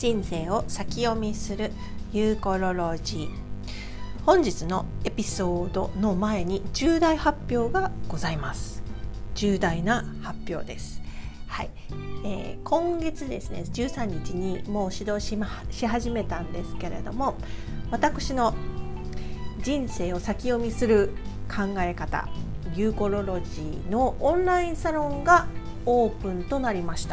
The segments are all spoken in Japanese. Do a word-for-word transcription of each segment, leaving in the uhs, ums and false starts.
人生を先読みするユーコロロジー。本日のエピソードの前に重大発表がございます。重大な発表です。はい、えー、今月ですねじゅうさんにちにもう指導 し, し始めたんですけれども、私の人生を先読みする考え方ユーコロロジーのオンラインサロンがオープンとなりました。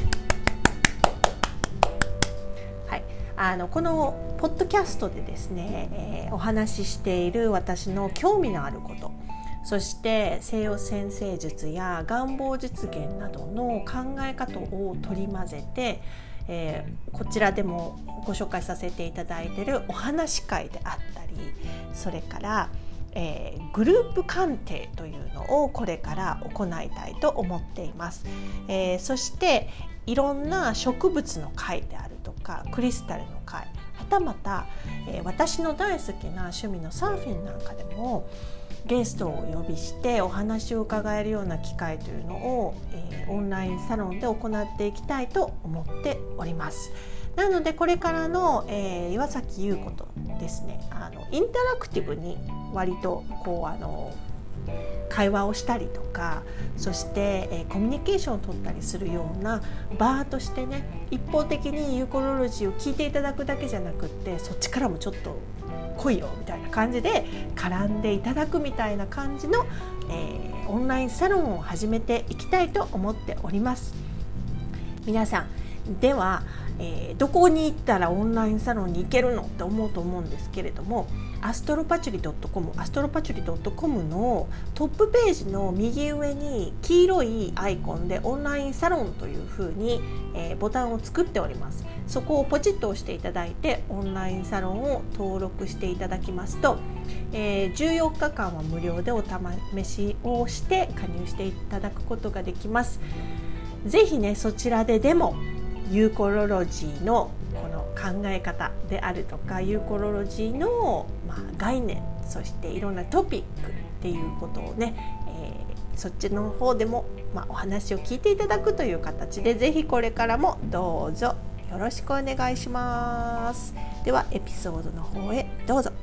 はい、あのこのポッドキャストでですね、えー、お話ししている私の興味のあること、そして西洋占星術や願望実現などの考え方を取り混ぜて、えー、こちらでもご紹介させていただいているお話会であったり、それからえー、グループ鑑定というのをこれから行いたいと思っています。えー、そしていろんな植物の会であるとかクリスタルの会、はたまた、えー、私の大好きな趣味のサーフィンなんかでもゲストをお呼びしてお話を伺えるような機会というのを、えー、オンラインサロンで行っていきたいと思っております。なのでこれからの、えー、岩崎優子とですね、あのインタラクティブに割とこうあの会話をしたりとか、そして、えー、コミュニケーションを取ったりするような場としてね、一方的にユーコロロジーを聞いていただくだけじゃなくって、そっちからもちょっと来いよみたいな感じで絡んでいただくみたいな感じの、えー、オンラインサロンを始めていきたいと思っております。皆さんでは、えー、どこに行ったらオンラインサロンに行けるのって思うと思うんですけれども、アストロパチュリ .com アストロパチュリ .com のトップページの右上に黄色いアイコンでオンラインサロンというふうに、えー、ボタンを作っております。そこをポチッと押していただいてオンラインサロンを登録していただきますと、えー、じゅうよっかかんは無料でお試しをして加入していただくことができます。ぜひね、そちらででもユーコロロジーのこの考え方であるとか、ユーコロロジーの、まあ、概念、そしていろんなトピックっていうことをね、えー、そっちの方でも、まあ、お話を聞いていただくという形で、ぜひこれからもどうぞよろしくお願いします。ではエピソードの方へどうぞ。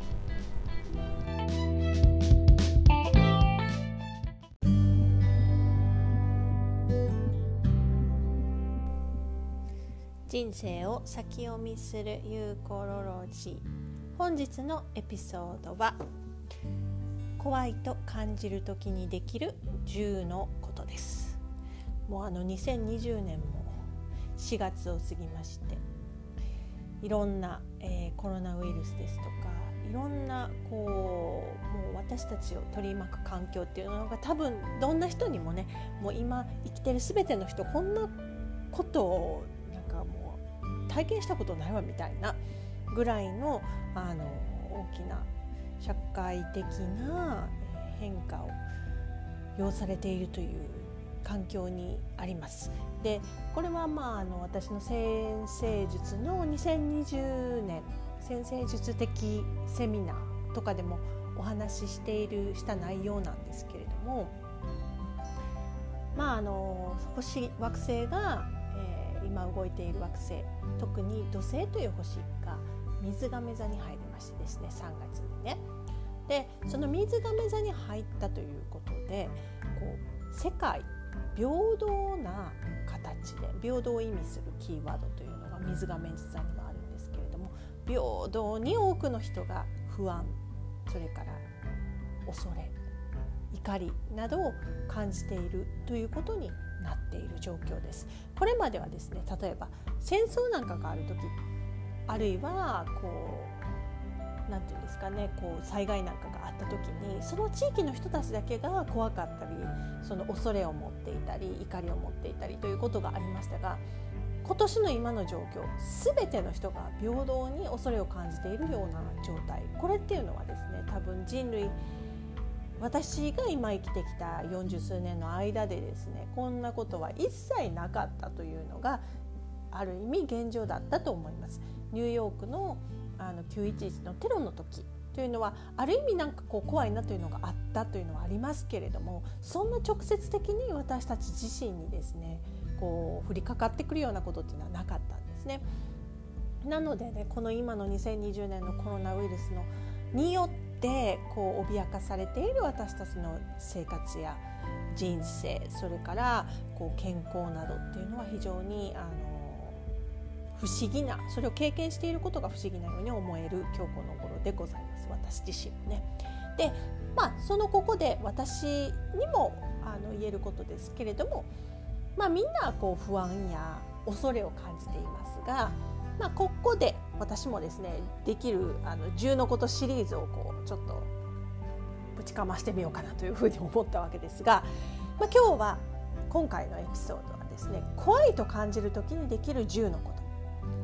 人生を先読みするユーコロロジー。本日のエピソードは、怖いと感じるときにできるじゅうのことです。もうあのにせんにじゅうねんもしがつを過ぎまして、いろんな、えー、コロナウイルスですとか、いろんなこうもう私たちを取り巻く環境っていうのが、多分どんな人にもね、もう今生きてるすべての人、こんなことをもう体験したことないわみたいなぐらいの、あの大きな社会的な変化を要されているという環境にあります。で、これは、まあ、あの私の占星術のにせんにじゅうねん占星術的セミナーとかでもお話ししているした内容なんですけれども、まああの星惑星が今動いている惑星、特に土星という星が水亀座に入りましてですね、さんがつにね。で、その水亀座に入ったということで、こう世界平等な形で、平等を意味するキーワードというのが水亀座にもあるんですけれども、平等に多くの人が不安、それから恐れ、怒りなどを感じているということになっている状況です。これまではですね、例えば戦争なんかがあるとき、あるいはこうなんていうんですかね、こう災害なんかがあったときに、その地域の人たちだけが怖かったり、その恐れを持っていたり、怒りを持っていたりということがありましたが、今年の今の状況、すべての人が平等に恐れを感じているような状態、これっていうのはですね、多分人類、私が今生きてきたよんじゅうすうねんの間でですね、こんなことは一切なかったというのがある意味現状だったと思います。ニューヨークのあのきゅういちいちのテロの時というのは、ある意味なんかこう怖いなというのがあったというのはありますけれども、そんな直接的に私たち自身にですね、こう降りかかってくるようなことっていうのはなかったんです。 ですね。なのでね、この今のにせんにじゅうねんのコロナウイルスのによってこう脅かされている私たちの生活や人生、それからこう健康などっていうのは非常にあの不思議な、それを経験していることが不思議なように思える今日この頃でございます、私自身もね。で、まあそのここで私にもあの言えることですけれども、まあみんなこう不安や恐れを感じていますが、まあ、ここで私もですね、できるあのじゅうのことシリーズをこうちょっとぶちかましてみようかなというふうに思ったわけですが、まあ、今日は今回のエピソードはですね、怖いと感じる時にできるじゅうのこと、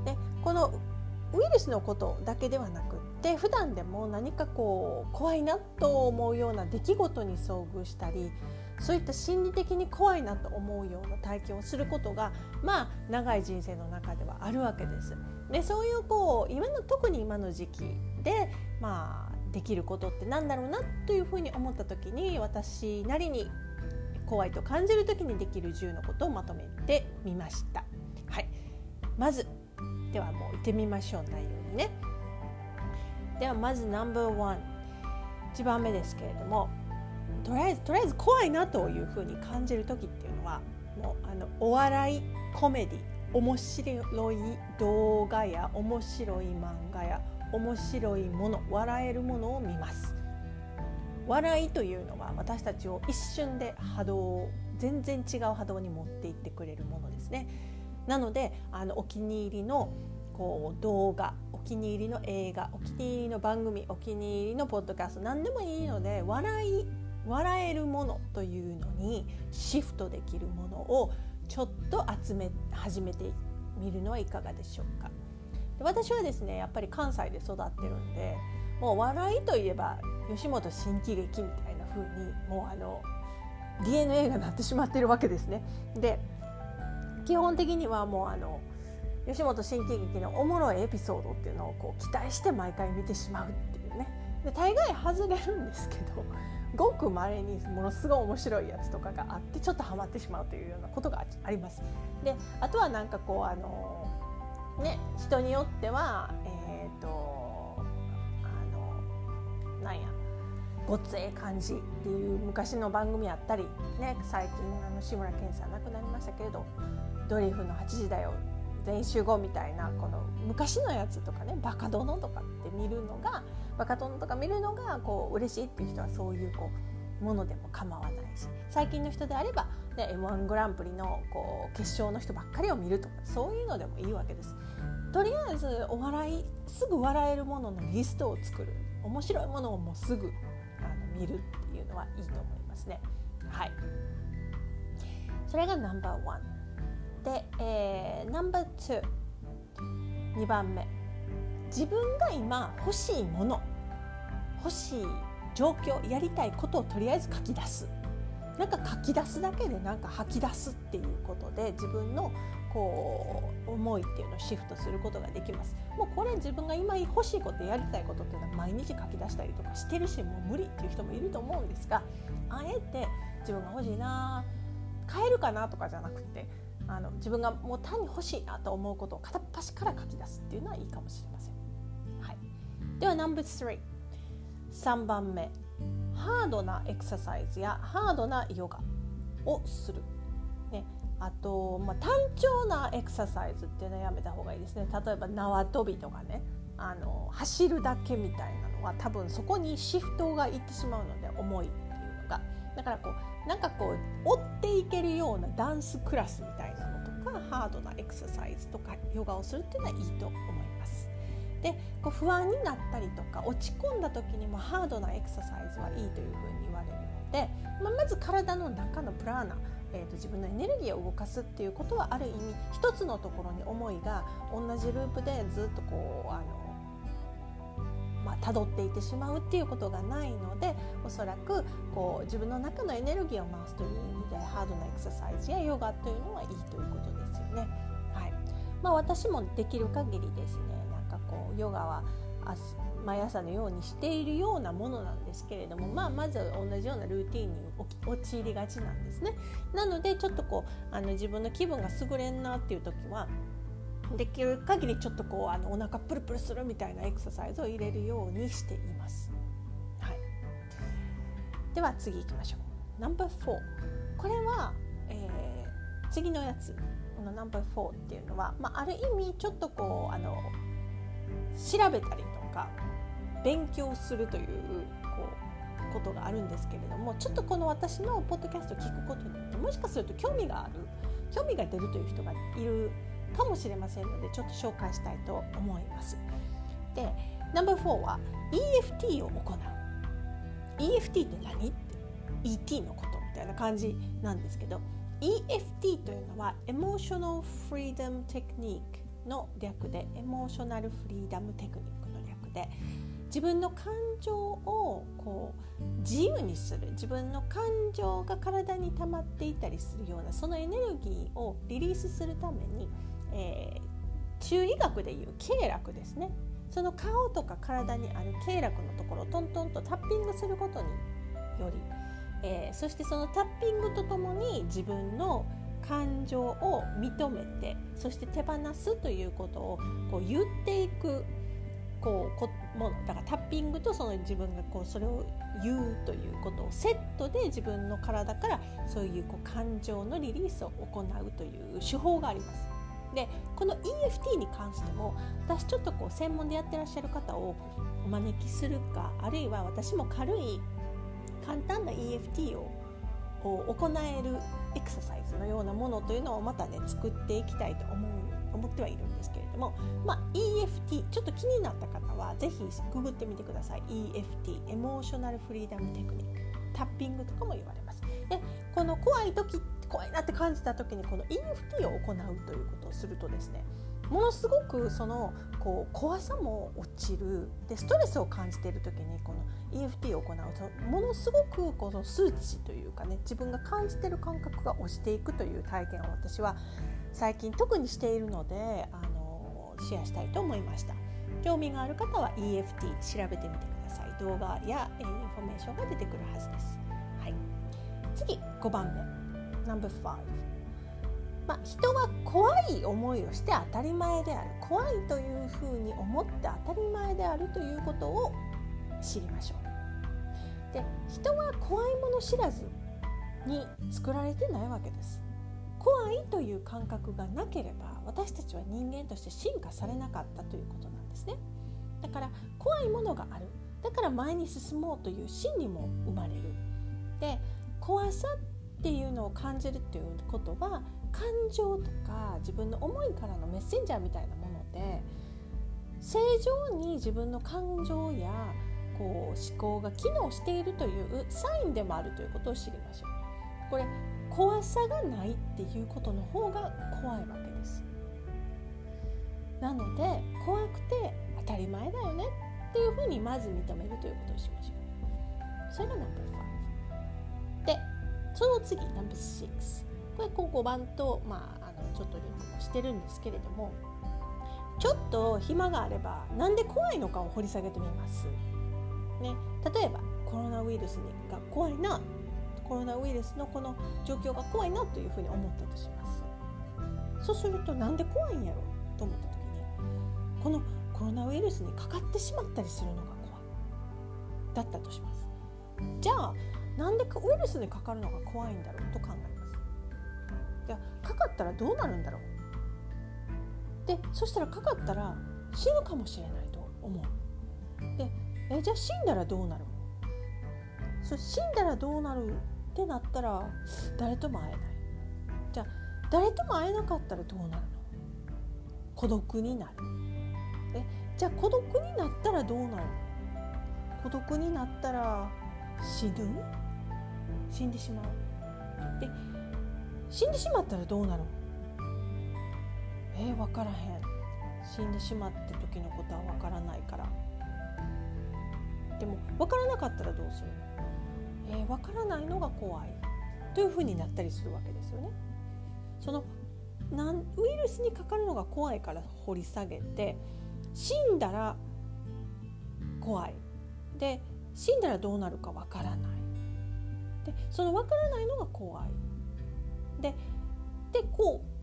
ね、このウイルスのことだけではなくって普段でも何かこう怖いなと思うような出来事に遭遇したり、そういった心理的に怖いなと思うような体験をすることがまあ長い人生の中ではあるわけです。で、そういうこう今の特に今の時期でまあできることってなんだろうなというふうに思った時に、私なりに怖いと感じる時にできるじゅうのことをまとめてみました。はい、まずではもう行ってみましょう、内容にね。ではまずナンバーワン、いちばんめですけれども、とりあえずとりあえず怖いなというふうに感じる時っていうのは、もうあのお笑いコメディ、面白い動画や面白い漫画や面白いもの、笑えるものを見ます。笑いというのは私たちを一瞬で波動を全然違う波動に持っていってくれるものですね。なのであのお気に入りのこう動画、お気に入りの映画、お気に入りの番組、お気に入りのポッドキャスト、何でもいいので笑い笑えるものというのにシフトできるものをちょっと集め始めてみるのはいかがでしょうか。で、私はですね、やっぱり関西で育ってるんで、もう笑いといえば吉本新喜劇みたいな風にもうあの ディーエヌエー がなってしまっているわけですね。で、基本的にはもうあの吉本新喜劇のおもろいエピソードっていうのをこう期待して毎回見てしまうっていうね。で、大概外れるんですけど、ごく稀にものすごい面白いやつとかがあってちょっとハマってしまうというようなことがあります。で、あとはなんかこうあのね、人によってはえっとあのなんやごっつええ感じっていう昔の番組あったりね、最近あの志村けんさん亡くなりましたけれど、ドリフのはちじだよ全員集合みたいなこの昔のやつとかね、バカ殿とかって見るのがバカ殿とか見るのがこう嬉しいっていう人はそういうこうものでも構わないし、最近の人であれば、ね、エムワン グランプリのこう決勝の人ばっかりを見るとか、そういうのでもいいわけです。とりあえずお笑い、すぐ笑えるもののリストを作る、面白いものをもうすぐあの見るっていうのはいいと思いますね。はい、それがナンバーワンで、えー、ナンバーツー、にばんめ、自分が今欲しいもの、欲しい状況、やりたいことをとりあえず書き出す。なんか書き出すだけでなんか吐き出すっていうことで自分のこう思いっていうのをシフトすることができます。もうこれ自分が今欲しいこと、やりたいことっていうのは毎日書き出したりとかしてるし、もう無理っていう人もいると思うんですが、あえて自分が欲しいな、買えるかなとかじゃなくて、あの自分がもう単に欲しいなと思うことを片っ端から書き出すっていうのはいいかもしれません。はい、ではナンバースリー、さんばんめ、ハードなエクササイズやハードなヨガをする、ね、あと、まあ、単調なエクササイズっていうのはやめた方がいいですね。例えば縄跳びとかね、あの走るだけみたいなのは多分そこにシフトがいってしまうので、重いっていうのが、だからこうなんかこう追っていけるようなダンスクラスみたいなのとか、ハードなエクササイズとかヨガをするっていうのはいいと思います。で、こう不安になったりとか落ち込んだ時にもハードなエクササイズはいいというふうに言われるので、まあ、まず体の中のプラーナ、えーと、自分のエネルギーを動かすっていうことはある意味一つのところに思いが同じループでずっとこうあのまあ、辿っていってしまうっていうことがないので、おそらくこう自分の中のエネルギーを回すという意味でハードなエクササイズやヨガというのはいいということですよね。はい、まあ、私もできる限りですね、なんかこうヨガは毎朝のようにしているようなものなんですけれども、まあ、まず同じようなルーティーンに陥りがちなんですね。なのでちょっとこうあの自分の気分が優れんなっていう時はできる限りちょっとこうあのお腹プルプルするみたいなエクササイズを入れるようにしています、はい、では次行きましょう。ナンバーフォー、これは、えー、次のやつ、このナンバーフォーっていうのは、まあ、ある意味ちょっとこうあの調べたりとか勉強するというこうことがあるんですけれども、ちょっとこの私のポッドキャストを聞くことによってもしかすると興味がある興味が出るという人がいるかもしれませんので、ちょっと紹介したいと思います。で、ナンバーフォーは イーエフティー を行う。 イーエフティー って何って イーティー のことみたいな感じなんですけど、 イーエフティー というのは Emotional Freedom Technique の略で、エモーショナルフリーダムテクニックの略で、自分の感情をこう自由にする、自分の感情が体に溜まっていたりするようなそのエネルギーをリリースするために、えー、中医学でいう経絡ですね、その顔とか体にある経絡のところをトントンとタッピングすることにより、えー、そしてそのタッピングとともに自分の感情を認めて、そして手放すということをこう言っていくこうこものだから、タッピングとその自分がこうそれを言うということをセットで自分の体からそういうこう感情のリリースを行うという手法があります。で、この イーエフティー に関しても私ちょっとこう専門でやってらっしゃる方をお招きするか、あるいは私も軽い簡単な イーエフティー を行えるエクササイズのようなものというのをまたね作っていきたいと思う思ってはいるんですけれども、まあ、イーエフティー ちょっと気になった方はぜひググってみてください。 イーエフティー エモーショナルフリーダムテクニック、タッピングとかも言われます。で、この怖い時怖いなって感じた時にこの イーエフティー を行うということをするとですね、ものすごくそのこう怖さも落ちる。で、ストレスを感じている時にこの イーエフティー を行うとものすごくこの数値というかね、自分が感じている感覚が落ちていくという体験を私は最近特にしているので、あのシェアしたいと思いました。興味がある方は イーエフティー 調べてみてください。動画やインフォメーションが出てくるはずです。はい、次ごばんめ、ナンバーファイブ、まあ、人は怖い思いをして当たり前である、怖いというふうに思って当たり前であるということを知りましょう。で、人は怖いもの知らずに作られてないわけです。怖いという感覚がなければ私たちは人間として進化されなかったということなんですね。だから怖いものがある、だから前に進もうという心理も生まれる。で、怖さっていうのを感じるということは感情とか自分の思いからのメッセンジャーみたいなもので、正常に自分の感情やこう思考が機能しているというサインでもあるということを知りましょう。これ怖さがないっていうことの方が怖いわけです。なので怖くて当たり前だよねっていうふうにまず認めるということをしましょう。それがナンバーファイブで、その次ナンバーシックス、これこうごばんと、まあ、あのちょっとリンクもしてるんですけれども、ちょっと暇があればなんで怖いのかを掘り下げてみます、ね、例えばコロナウイルスが怖いな、コロナウイルスのこの状況が怖いなというふうに思ったとします。そうするとなんで怖いんやろと思った時に、このコロナウイルスにかかってしまったりするのが怖いだったとします。じゃあなんでウイルスにかかるのが怖いんだろうと考えます。じゃあかかったらどうなるんだろう。で、そしたらかかったら死ぬかもしれないと思う。で、えじゃあ死んだらどうなるの。そ死んだらどうなるってなったら誰とも会えない。じゃあ誰とも会えなかったらどうなるの。孤独になる。えじゃあ孤独になったらどうなるの。孤独になったら死ぬ死んでしまう。で死んでしまったらどうなるの。えー、分からへん。死んでしまった時のことは分からないから。でも分からなかったらどうするの。えー、分からないのが怖いというふうになったりするわけですよね。そのなんウイルスにかかるのが怖いから掘り下げて、死んだら怖いで、死んだらどうなるか分からないで、その分からないのが怖いで、でこう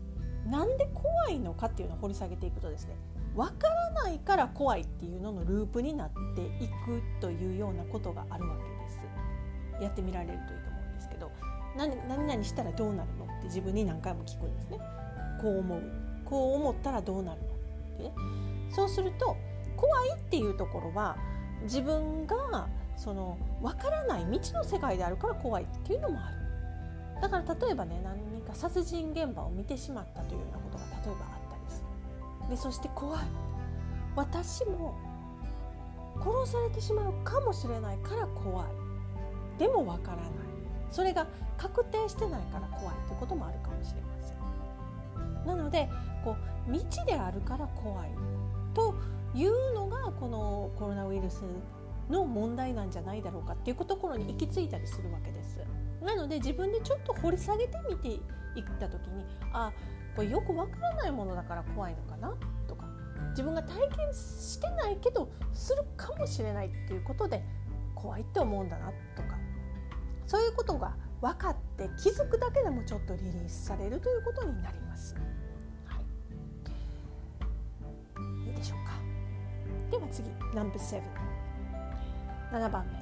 なんで怖いのかっていうのを掘り下げていくとですね、わからないから怖いっていうののループになっていくというようなことがあるわけです。やってみられるといいと思うんですけど、何, 何々したらどうなるのって自分に何回も聞くんですね。こう思う、こう思ったらどうなるのってね。そうすると怖いっていうところは自分がその分からない未知の世界であるから怖いっていうのもある。だから例えばね、何か殺人現場を見てしまったというようなことが例えばあったりする。でそして怖い、私も殺されてしまうかもしれないから怖い、でも分からない、それが確定してないから怖いということもあるかもしれません。なのでこう未知であるから怖いというのがこのコロナウイルスの問題なんじゃないだろうかっていうところに行き着いたりするわけです。なので自分でちょっと掘り下げてみていった時に、あ、これよくわからないものだから怖いのかなとか、自分が体験してないけどするかもしれないっていうことで怖いって思うんだなとか、そういうことが分かって気づくだけでもちょっとリリースされるということになります。はい、いいでしょうか。では次、ナンバーセブン、ななばんめ。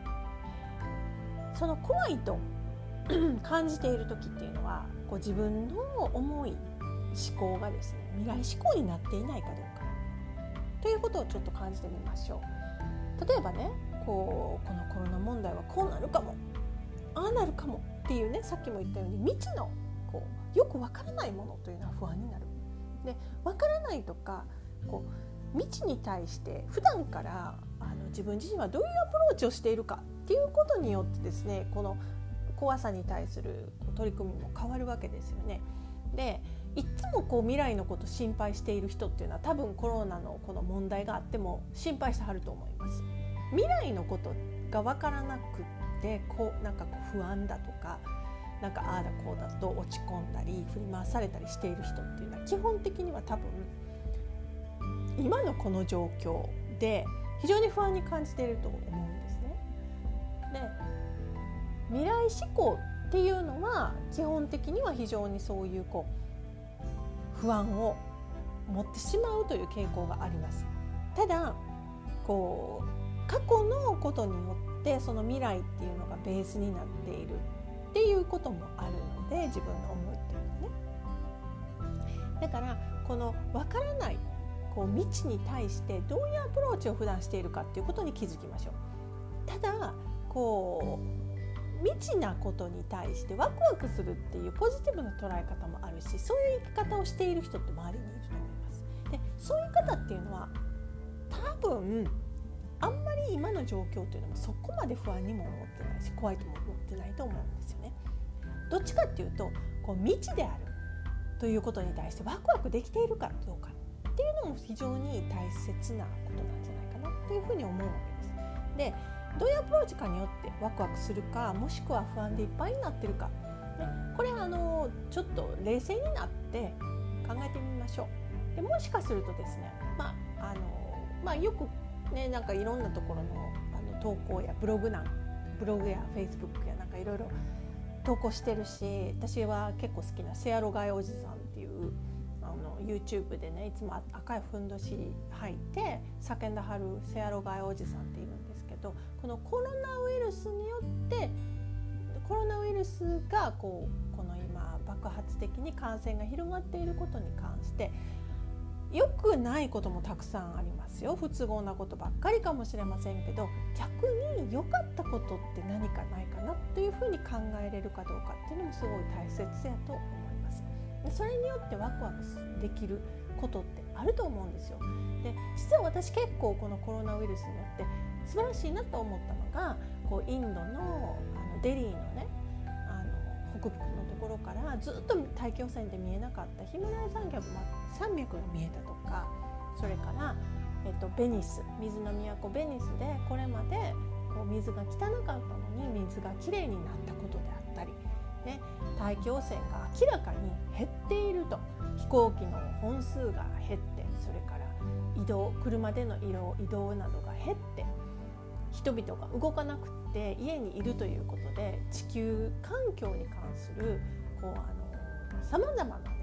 その怖いと感じている時っていうのは、こう自分の思い思考がですね、未来思考になっていないかどうかということをちょっと感じてみましょう。例えばね、こうこのコロナ問題はこうなるかも、ああなるかもっていうね、さっきも言ったように未知のこうよくわからないものというのは不安になる。で、わからないとかこう未知に対して普段からあの自分自身はどういうアプローチをしているかっていうことによってですね、この怖さに対する取り組みも変わるわけですよね。で、いつもこう未来のこと心配している人っていうのは多分コロナのこの問題があっても心配してはると思います。未来のことが分からなくってこうなんかこう不安だとか、なんかああだこうだと落ち込んだり振り回されたりしている人っていうのは基本的には多分今のこの状況で非常に不安に感じていると思うんですね。で、未来志向っていうのは基本的には非常にそういうこう不安を持ってしまうという傾向があります。ただこう過去のことによってその未来っていうのがベースになっているっていうこともあるので、自分の思いっていうのはね。だからこの分からないこう未知に対してどういうアプローチを普段しているかっていうことに気づきましょう。ただこう未知なことに対してワクワクするっていうポジティブな捉え方もあるし、そういう生き方をしている人って周りにいると思います。で、そういう方っていうのは多分あんまり今の状況っていうのもそこまで不安にも思ってないし怖いとも思ってないと思うんですよね。どっちかっていうとこう未知であるということに対してワクワクできているかどうかっていうのも非常に大切なことなんじゃないかなというふうに思うわけです。で、どういうアプローチかによってワクワクするか、もしくは不安でいっぱいになってるか、ね、これはあのちょっと冷静になって考えてみましょう。で、もしかするとですね、まああのまあ、よくね、なんかいろんなところの、あの投稿やブログなんブログやフェイスブックやなんかいろいろ投稿してるし、私は結構好きなセアロガイおじさんっていうあの YouTube でね、いつも赤いふんどし履いて叫んだはるセアロガイおじさんっているんですけど、このコロナウイルスによってコロナウイルスがこうこの今爆発的に感染が広がっていることに関して良くないこともたくさんありますよ。不都合なことばっかりかもしれませんけど、逆に良かったことって何かないかなというふうに考えれるかどうかっていうのもすごい大切やと思います。で、それによってワクワクできることってあると思うんですよ。で、実は私結構このコロナウイルスによって素晴らしいなと思ったのが、こうインドの、あのデリーのね、あの北部のところからずっと大気汚染で見えなかったヒマラヤ山脈山脈が見えたとか、それから、えっと、ベニス水の都ベニスでこれまでこう水が汚かったのに水がきれいになったことであったり、ね、大気汚染が明らかに減っていると、飛行機の本数が減って、それから移動車での移動、移動などが減って、人々が動かなくて家にいるということで地球環境に関するこうあの様々なね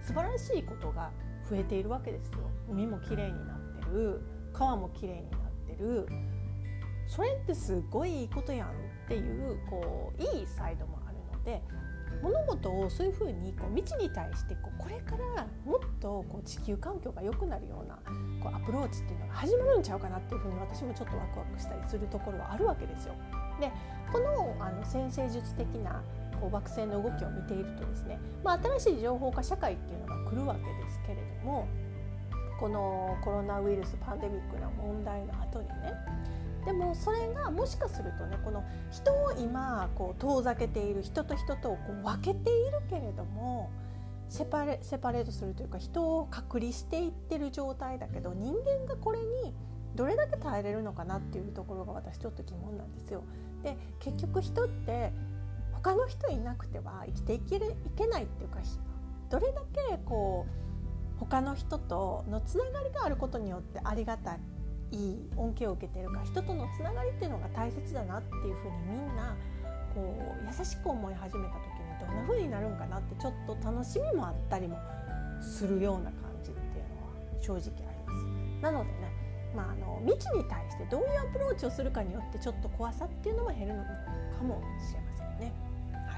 素晴らしいことが増えているわけですよ。海もきれいになってる、川もきれいになってる、それってすごいいいことやんっていうこういいサイドもあるので、物事をそういうふうにこう未知に対してこうこれからもっとこう地球環境が良くなるようなこうアプローチっていうのが始まるんちゃうかなっていうふうに私もちょっとワクワクしたりするところはあるわけですよ。でこのあの占星術的なこう惑星の動きを見ているとですね、まあ、新しい情報化社会っていうのが来るわけですけれども、このコロナウイルスパンデミックな問題の後にね、でもそれがもしかするとね、この人を今こう遠ざけている、人と人とをこう分けているけれどもセパレ、セパレートするというか人を隔離していってる状態だけど、人間がこれにどれだけ耐えれるのかなっていうところが私ちょっと疑問なんですよ。で結局人って他の人いなくては生きていける、いけないっていうか、どれだけこう他の人とのつながりがあることによってありがたいいい恩恵を受けているか、人とのつながりっていうのが大切だなっていうふうにみんなこう優しく思い始めた時にどんなふうになるんかなってちょっと楽しみもあったりもするような感じっていうのは正直あります。なのでね、まあ、あの未知に対してどういうアプローチをするかによってちょっと怖さっていうのも減るのかもしれませんね。はい、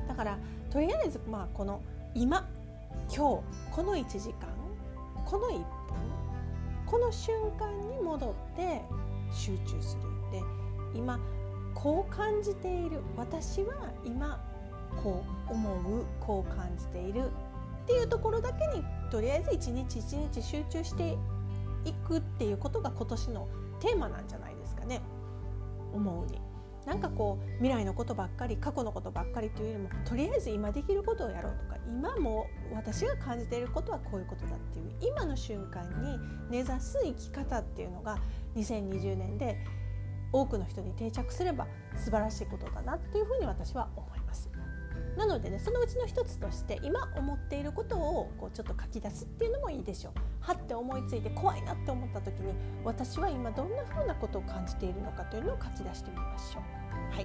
だからとりあえず、まあ、この今今日このいちじかんこのいっぷんこの瞬間に戻って集中する。で今こう感じている、私は今こう思う、こう感じているっていうところだけにとりあえず一日一日集中していくっていうことが今年のテーマなんじゃないですかね。思うになんかこう未来のことばっかり、過去のことばっかりというよりも、とりあえず今できることをやろうとか、今も私が感じていることはこういうことだっていう今の瞬間に根ざす生き方っていうのがにせんにじゅうねんで多くの人に定着すれば素晴らしいことだなっていうふうに私は思います。なのでね、そのうちの一つとして今思っていることをこうちょっと書き出すっていうのもいいでしょう。はって思いついて怖いなって思った時に、私は今どんなふうなことを感じているのかというのを書き出してみましょう。はい、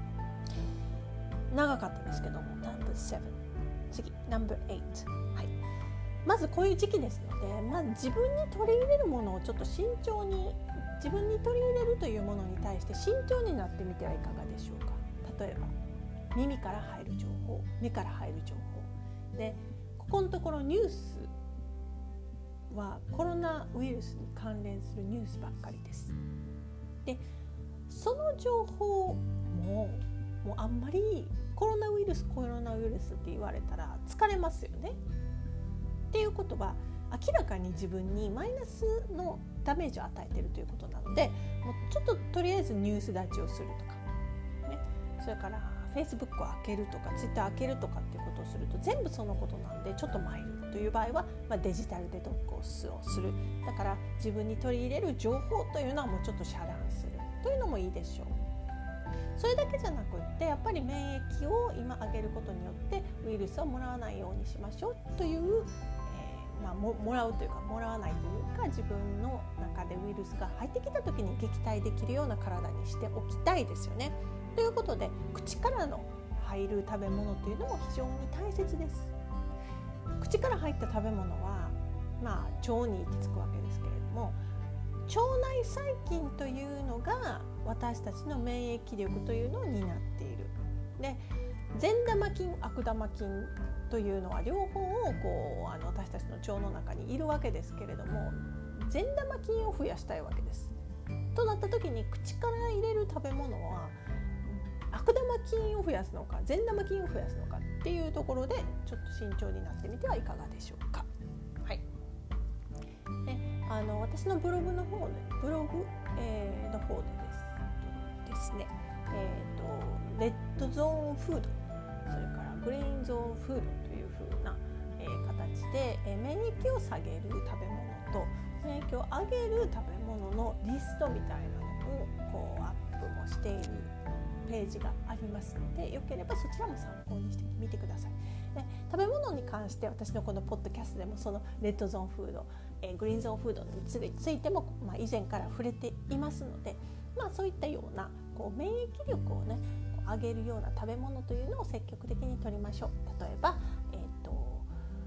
長かったですけども ナンバーセブン、 次 ナンバーエイト、はい、まずこういう時期ですので、まあ、自分に取り入れるものをちょっと慎重に、自分に取り入れるというものに対して慎重になってみてはいかがでしょうか。例えば耳から入る情報、目から入る情報で、ここのところニュースはコロナウイルスに関連するニュースばっかりです。でその情報ももうあんまりコロナウイルスコロナウイルスって言われたら疲れますよね。っていうことは明らかに自分にマイナスのダメージを与えているということなので、もうちょっととりあえずニュース立ちをするとか、ね、それからFacebook を開けるとか Twitter 開けるとかっていうことをすると全部そのことなんで、ちょっと参るという場合は、まあ、デジタルデトックスをする。だから自分に取り入れる情報というのはもうちょっと遮断するというのもいいでしょう。それだけじゃなくって、やっぱり免疫を今上げることによってウイルスをもらわないようにしましょうという、えーまあ、も, もらうというかもらわないというか、自分の中でウイルスが入ってきた時に撃退できるような体にしておきたいですよね。ということで、口からの入る食べ物というのも非常に大切です。口から入った食べ物は、まあ、腸に行き着くわけですけれども、腸内細菌というのが私たちの免疫力というのを担っている。で、善玉菌、悪玉菌というのは両方をこうあの私たちの腸の中にいるわけですけれども、善玉菌を増やしたいわけです。となった時に、口から入れる食べ物は悪玉菌を増やすのか善玉菌を増やすのかっていうところでちょっと慎重になってみてはいかがでしょうか。はい。で、あの私のブログの方でブログ、えー、の方でですですね、えーと、レッドゾーンフード、それからグリーンゾーンフードという風な、えー、形で、えー、免疫を下げる食べ物と免疫を上げる食べ物のリストみたいなのをこうアップもしているページがありますので、よければそちらも参考にしてみてください。で、食べ物に関して私のこのポッドキャストでもそのレッドゾーンフード、えー、グリーンゾーンフードについても、まあ、以前から触れていますので、まあ、そういったようなこう免疫力をねこう上げるような食べ物というのを積極的に摂りましょう。例えば、えーと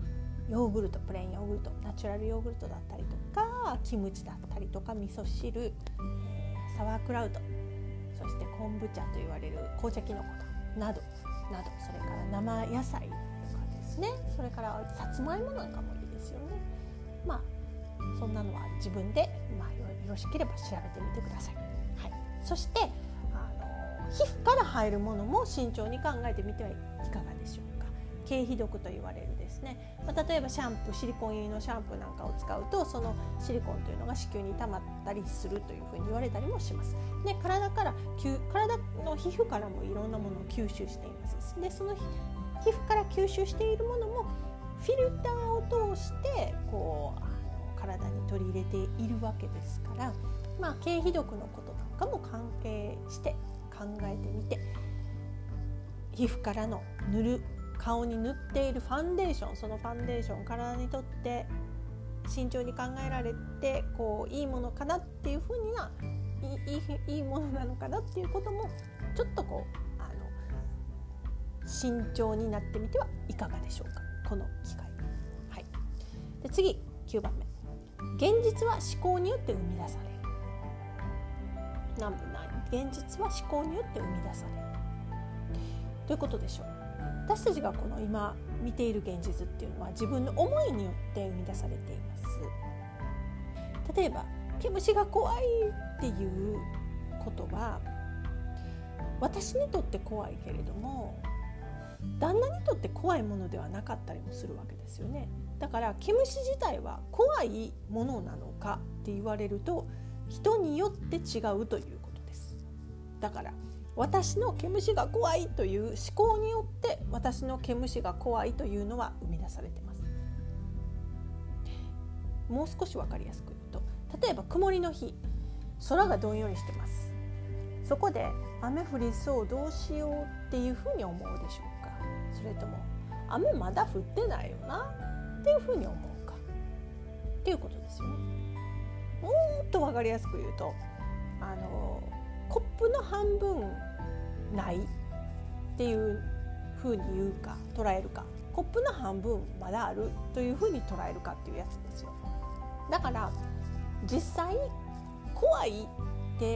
ヨーグルト、プレーンヨーグルト、ナチュラルヨーグルトだったりとか、キムチだったりとか、味噌汁、サワークラウト、そして昆布茶と言われる紅茶きのことなどなど、それから生野菜とかですね、それからさつまいもなんかもいいですよね。まあそんなのは自分で、まあ、よろしければ調べてみてください。はい、そしてあの皮膚から入るものも慎重に考えてみてはいかがでしょうか。経皮毒と言われるですね、まあ、例えばシャンプー、シリコン入りのシャンプーなんかを使うと、そのシリコンというのが子宮に溜まったりするというふうに言われたりもします。で、体から体の皮膚からもいろんなものを吸収しています。で、その皮膚から吸収しているものもフィルターを通してこうあの体に取り入れているわけですから、まあ、経皮毒のことなんかも関係して考えてみて、皮膚からの塗る顔に塗っているファンデーション、そのファンデーション、体にとって慎重に考えられてこういいものかなっていうふうにないい、いいものなのかなっていうこともちょっとこうあの慎重になってみてはいかがでしょうか、この機会に。はい、で次きゅうばんめ、現実は思考によって生み出される。何分ない現実は思考によって生み出される。どういうことでしょう。私たちがこの今見ている現実っていうのは自分の思いによって生み出されています。例えば毛虫が怖いっていうことは私にとって怖いけれども旦那にとって怖いものではなかったりもするわけですよね。だから毛虫自体は怖いものなのかって言われると人によって違うということです。だから私の毛虫が怖いという思考によって私の毛虫が怖いというのは生み出されています。もう少し分かりやすく言うと、例えば曇りの日、空がどんよりしてます。そこで雨降りそうどうしようっていうふうに思うでしょうか、それとも雨まだ降ってないよなっていうふうに思うかっていうことですよね。もっと分かりやすく言うと、あのコップの半分ないっていうふうに言うか捉えるか、コップの半分まだあるというふうに捉えるかっていうやつですよ。だから実際怖いって、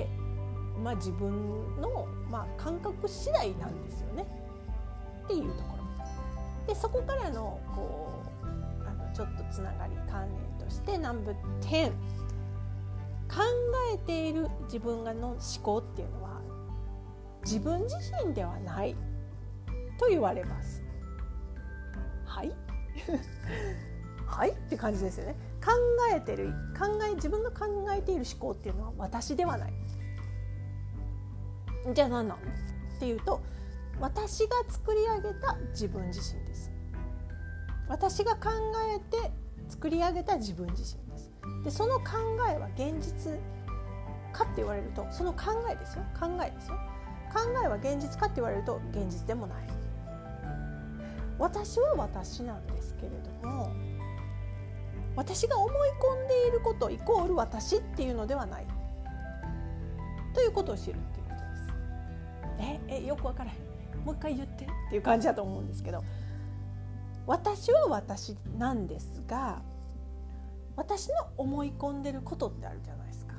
まあ、自分の、まあ、感覚次第なんですよねっていうところで、そこからのこうあのちょっとつながり関連としてナンバーじゅう、考えている自分がの思考っていうのは自分自身ではないと言われます。はいはいって感じですよね。考えてる考え自分が考えている思考っていうのは私ではない。じゃあ何なのっていうと、私が作り上げた自分自身です。私が考えて作り上げた自分自身です。でその考えは現実かって言われると、その考えですよ考えですよ考えは現実かって言われると現実でもない。私は私なんですけれども、私が思い込んでいることイコール私っていうのではないということを知るっていうことです。ええよくわからへん、もう一回言ってっていう感じだと思うんですけど、私は私なんですが、私の思い込んでることってあるじゃないですか。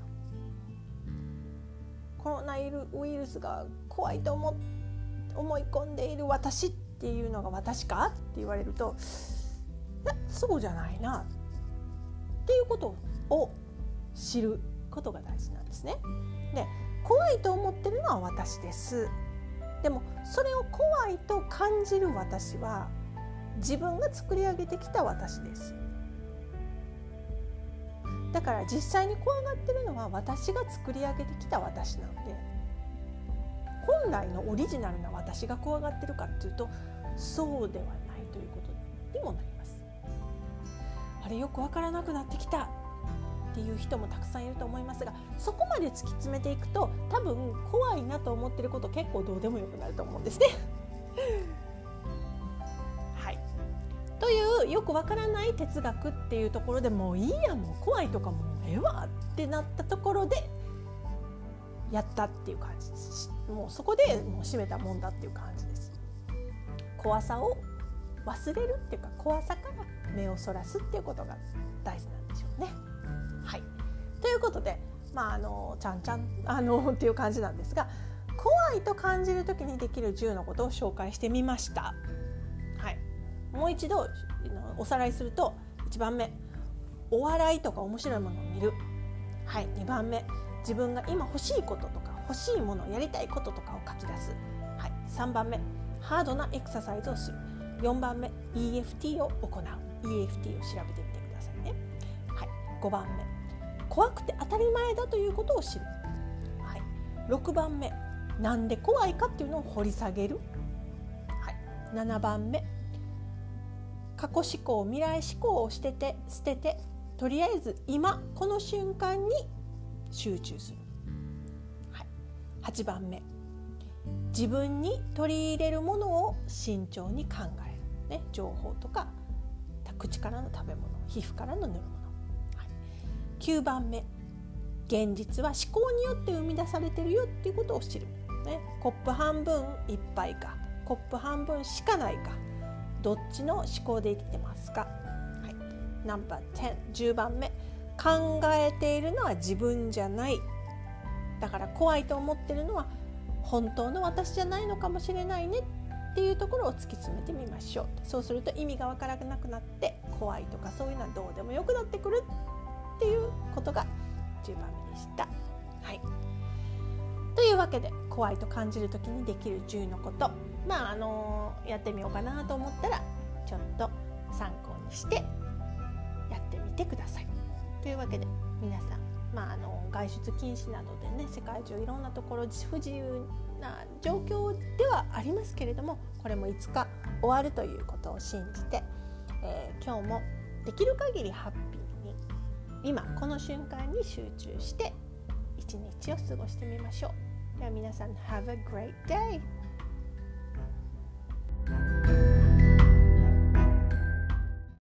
コロナウイルスが怖いと 思, 思い込んでいる私っていうのが私かって言われると、いやそうじゃないなっていうことを知ることが大事なんですね。で、怖いと思ってるのは私です。でもそれを怖いと感じる私は自分が作り上げてきた私です。だから実際に怖がってるのは私が作り上げてきた私なので、本来のオリジナルな私が怖がってるかっていうとそうではないということにもなります。あれよくわからなくなってきたっていう人もたくさんいると思いますが、そこまで突き詰めていくと多分怖いなと思ってること結構どうでもよくなると思うんですねはいというよくわからない哲学っていうところでもういいや、もう怖いとかもうええわってなったところでやったっていう感じです。もうそこでもう締めたもんだっていう感じです。怖さを忘れるっていうか怖さから目をそらすっていうことが大事なんでしょうね。はい、ということで、まあ、あのちゃんちゃんあのっていう感じなんですが、怖いと感じるときにできるじゅうのことを紹介してみました。はい、もう一度おさらいすると、いちばんめ、お笑いとか面白いものを見る。はい、にばんめ、自分が今欲しいこととか欲しいもの、やりたいこととかを書き出す。はい、さんばんめ、ハードなエクササイズをする。よんばんめ、イーエフティー を行う。イーエフティー を調べてみてくださいね。はい、ごばんめ、怖くて当たり前だということを知る。はい、ろくばんめ、なんで怖いかっていうのを掘り下げる。はい、ななばんめ、過去思考、未来思考を捨てて捨ててとりあえず今この瞬間に集中する。はい、はちばんめ、自分に取り入れるものを慎重に考える、ね、情報とか口からの食べ物、皮膚からの塗るもの。はい、きゅうばんめ、現実は思考によって生み出されているよっていうことを知る、ね、コップ半分いっぱいかコップ半分しかないか、どっちの思考で生きてますか。はい、ナンバーじゅう、じゅうばんめ、考えているのは自分じゃない、だから怖いと思っているのは本当の私じゃないのかもしれないねっていうところを突き詰めてみましょう。そうすると意味がわからなくなって怖いとかそういうのはどうでもよくなってくるっていうことがじゅうばんめでした。はい、というわけで、怖いと感じるときにできるじゅうのこと、まああのやってみようかなと思ったらちょっと参考にしてやってみてください。というわけで皆さん、まあ、あの外出禁止などでね、世界中いろんなところ不自由な状況ではありますけれども、これもいつか終わるということを信じて、えー、今日もできる限りハッピーに今この瞬間に集中して一日を過ごしてみましょう。では皆さん Have a great day!